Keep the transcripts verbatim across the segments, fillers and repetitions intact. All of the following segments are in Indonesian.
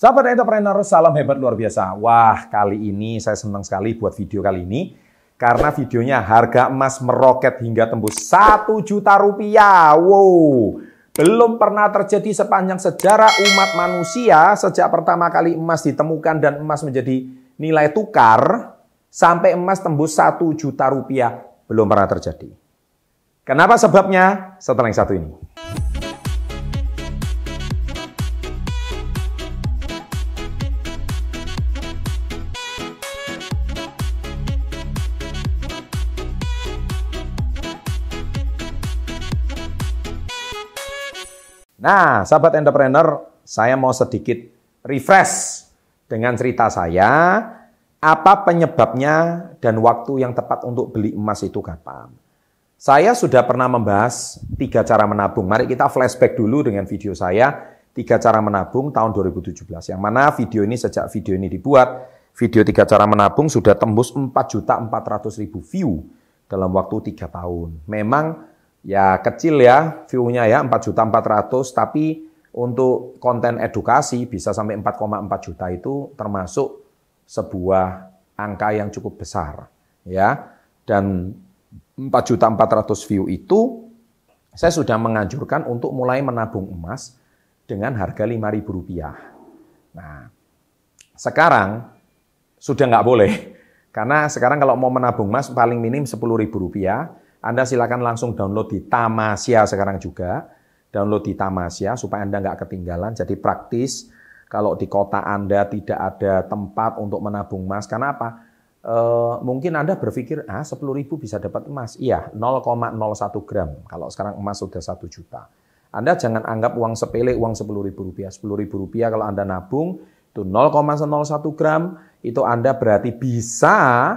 Sahabat entrepreneur, salam hebat luar biasa. Wah, kali ini saya senang sekali buat video kali ini. Karena videonya harga emas meroket hingga tembus satu juta rupiah. Wow, belum pernah terjadi sepanjang sejarah umat manusia. Sejak pertama kali emas ditemukan dan emas menjadi nilai tukar, sampai emas tembus satu juta rupiah. Belum pernah terjadi. Kenapa sebabnya? Setelah yang satu ini. Nah, sahabat entrepreneur, saya mau sedikit refresh dengan cerita saya, apa penyebabnya dan waktu yang tepat untuk beli emas itu kapan. Saya sudah pernah membahas tiga cara menabung. Mari kita flashback dulu dengan video saya, tiga cara menabung tahun dua ribu tujuh belas. Yang mana video ini sejak video ini dibuat, video tiga cara menabung sudah tembus empat juta empat ratus ribu view dalam waktu tiga tahun. Memang ya kecil ya view-nya ya empat juta empat ratus, tapi untuk konten edukasi bisa sampai empat koma empat juta itu termasuk sebuah angka yang cukup besar ya. Dan empat juta empat ratus view itu saya sudah menganjurkan untuk mulai menabung emas dengan harga lima ribu rupiah. Nah, sekarang sudah nggak boleh karena sekarang kalau mau menabung emas paling minim sepuluh ribu rupiah. Anda silakan langsung download di Tamasya sekarang juga. Download di Tamasya supaya Anda nggak ketinggalan. Jadi praktis kalau di kota Anda tidak ada tempat untuk menabung emas. Karena apa? E, mungkin Anda berpikir, ah sepuluh ribu bisa dapat emas. Iya, nol koma nol satu gram. Kalau sekarang emas sudah satu juta. Anda jangan anggap uang sepele, uang sepuluh ribu rupiah. sepuluh ribu rupiah kalau Anda nabung, itu nol koma nol satu gram. Itu Anda berarti bisa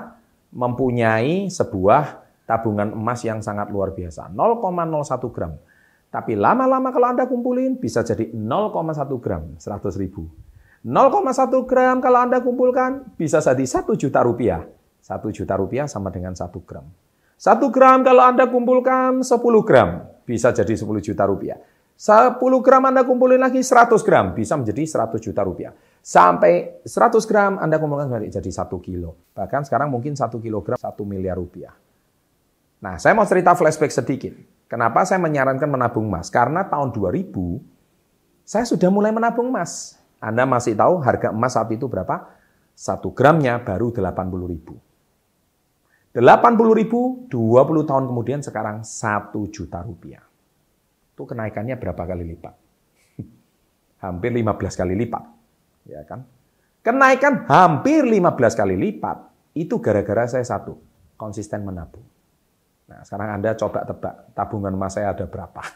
mempunyai sebuah tabungan emas yang sangat luar biasa, nol koma nol satu gram. Tapi lama-lama kalau Anda kumpulin bisa jadi nol koma satu gram, seratus ribu. nol koma satu gram kalau Anda kumpulkan bisa jadi satu juta rupiah. satu juta rupiah sama dengan satu gram. satu gram kalau Anda kumpulkan sepuluh gram bisa jadi sepuluh juta rupiah. sepuluh gram Anda kumpulin lagi seratus gram bisa menjadi seratus juta rupiah. Sampai seratus gram Anda kumpulkan jadi satu kilo. Bahkan sekarang mungkin satu kilogram satu miliar rupiah. Nah, saya mau cerita flashback sedikit. Kenapa saya menyarankan menabung emas? Karena tahun dua ribu, saya sudah mulai menabung emas. Anda masih tahu harga emas saat itu berapa? Satu gramnya baru delapan puluh ribu. delapan puluh ribu, dua puluh tahun kemudian sekarang satu juta rupiah. Itu kenaikannya berapa kali lipat? Hampir lima belas kali lipat. Ya kan? Kenaikan hampir lima belas kali lipat. Itu gara-gara saya satu, konsisten menabung. Nah, sekarang Anda coba tebak tabungan emas saya ada berapa.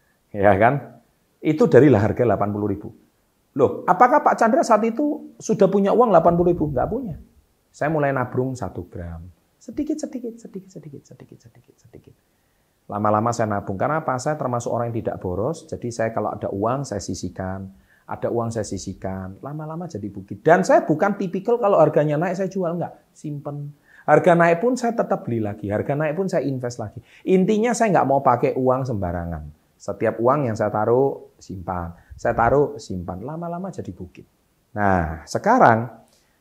Ya kan? Itu dari harga delapan puluh ribu. Loh, apakah Pak Chandra saat itu sudah punya uang delapan puluh ribu? Nggak punya. Saya mulai nabung satu gram. Sedikit, sedikit, sedikit, sedikit, sedikit, sedikit, sedikit. Lama-lama saya nabung. Karena apa? Saya termasuk orang yang tidak boros. Jadi saya kalau ada uang, saya sisihkan. Ada uang, saya sisihkan. Lama-lama jadi bukit. Dan saya bukan tipikal kalau harganya naik, saya jual. Nggak. Simpen. Harga naik pun saya tetap beli lagi. Harga naik pun saya invest lagi. Intinya saya nggak mau pakai uang sembarangan. Setiap uang yang saya taruh, simpan. Saya taruh, simpan. Lama-lama jadi bukit. Nah, sekarang,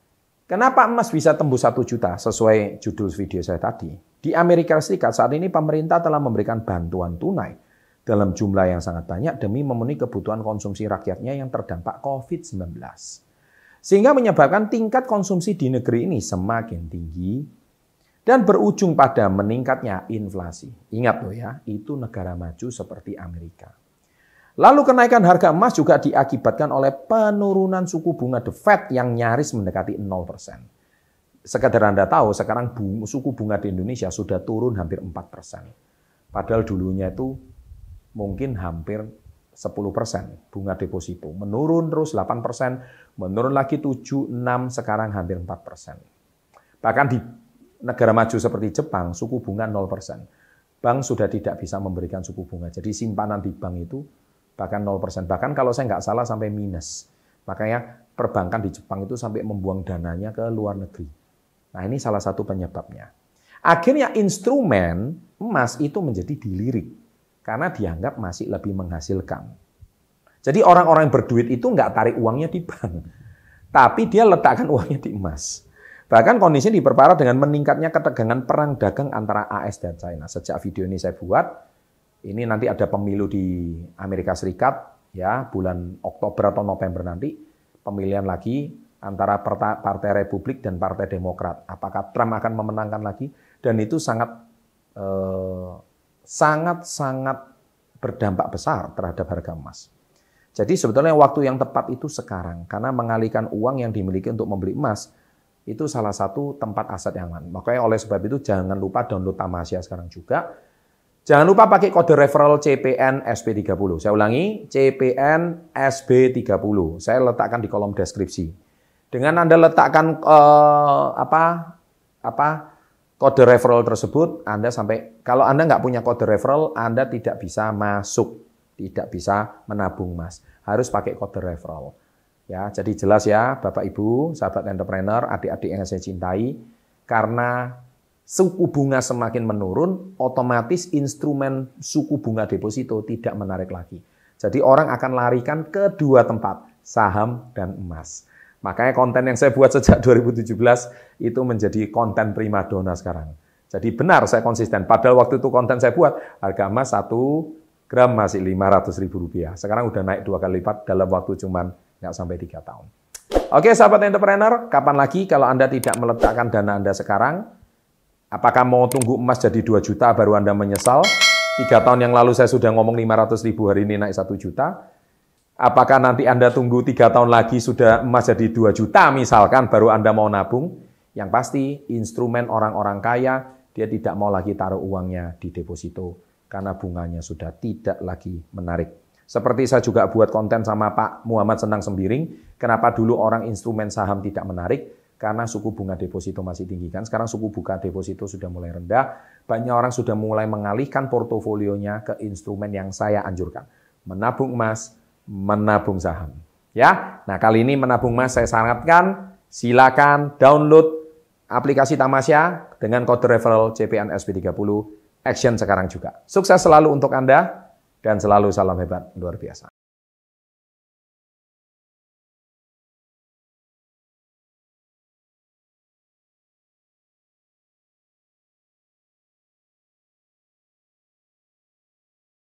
kenapa emas bisa tembus satu juta? Sesuai judul video saya tadi. Di Amerika Serikat saat ini pemerintah telah memberikan bantuan tunai dalam jumlah yang sangat banyak demi memenuhi kebutuhan konsumsi rakyatnya yang terdampak covid sembilan belas. Sehingga menyebabkan tingkat konsumsi di negeri ini semakin tinggi dan berujung pada meningkatnya inflasi. Ingat loh ya, itu negara maju seperti Amerika. Lalu kenaikan harga emas juga diakibatkan oleh penurunan suku bunga The Fed yang nyaris mendekati nol persen. Sekadar Anda tahu, sekarang suku bunga di Indonesia sudah turun hampir empat persen. Padahal dulunya itu mungkin hampir sepuluh persen bunga deposito. Menurun terus delapan persen, menurun lagi tujuh, enam, sekarang hampir empat persen. Bahkan di negara maju seperti Jepang, suku bunga nol persen. Bank sudah tidak bisa memberikan suku bunga. Jadi simpanan di bank itu bahkan nol persen. Bahkan kalau saya nggak salah sampai minus. Makanya perbankan di Jepang itu sampai membuang dananya ke luar negeri. Nah, ini salah satu penyebabnya. Akhirnya instrumen emas itu menjadi dilirik. Karena dianggap masih lebih menghasilkan. Jadi orang-orang yang berduit itu nggak tarik uangnya di bank. tapi dia letakkan uangnya di emas. Bahkan kondisi diperparah dengan meningkatnya ketegangan perang dagang antara A S dan China. Sejak video ini saya buat, ini nanti ada pemilu di Amerika Serikat, ya bulan Oktober atau November nanti, pemilihan lagi antara Partai Republik dan Partai Demokrat. Apakah Trump akan memenangkan lagi? Dan itu sangat eh, sangat sangat berdampak besar terhadap harga emas. Jadi sebetulnya waktu yang tepat itu sekarang, karena mengalihkan uang yang dimiliki untuk membeli emas itu salah satu tempat aset yang aman. Makanya oleh sebab itu jangan lupa download Tamasya sekarang juga. Jangan lupa pakai kode referral C P N S B tiga puluh. Saya ulangi, C P N S B tiga puluh. Saya letakkan di kolom deskripsi. Dengan Anda letakkan eh, apa apa kode referral tersebut, Anda sampai kalau Anda nggak punya kode referral, Anda tidak bisa masuk, tidak bisa menabung emas. Harus pakai kode referral. Ya, jadi jelas ya Bapak Ibu, sahabat entrepreneur, adik-adik yang saya cintai, karena suku bunga semakin menurun, otomatis instrumen suku bunga deposito tidak menarik lagi. Jadi orang akan larikan ke dua tempat, saham dan emas. Makanya konten yang saya buat sejak dua ribu tujuh belas itu menjadi konten primadona sekarang. Jadi benar saya konsisten, padahal waktu itu konten saya buat, harga emas satu gram masih lima ratus ribu rupiah. Sekarang udah naik dua kali lipat dalam waktu cuman nggak sampai tiga tahun. Oke sahabat entrepreneur, kapan lagi kalau Anda tidak meletakkan dana Anda sekarang? Apakah mau tunggu emas jadi dua juta baru Anda menyesal? Tiga tahun yang lalu saya sudah ngomong lima ratus ribu, hari ini naik satu juta. Apakah nanti Anda tunggu tiga tahun lagi sudah emas jadi dua juta misalkan baru Anda mau nabung? Yang pasti instrumen orang-orang kaya, dia tidak mau lagi taruh uangnya di deposito karena bunganya sudah tidak lagi menarik. Seperti saya juga buat konten sama Pak Muhammad Senang Sembiring, kenapa dulu orang instrumen saham tidak menarik? Karena suku bunga deposito masih tinggi kan. Sekarang suku bunga deposito sudah mulai rendah, banyak orang sudah mulai mengalihkan portofolionya ke instrumen yang saya anjurkan. Menabung emas, menabung saham. Ya, nah kali ini menabung emas saya sarankan, silakan download aplikasi Tamasya dengan kode referral C P N S B tiga puluh, action sekarang juga. Sukses selalu untuk Anda. Dan selalu salam hebat luar biasa.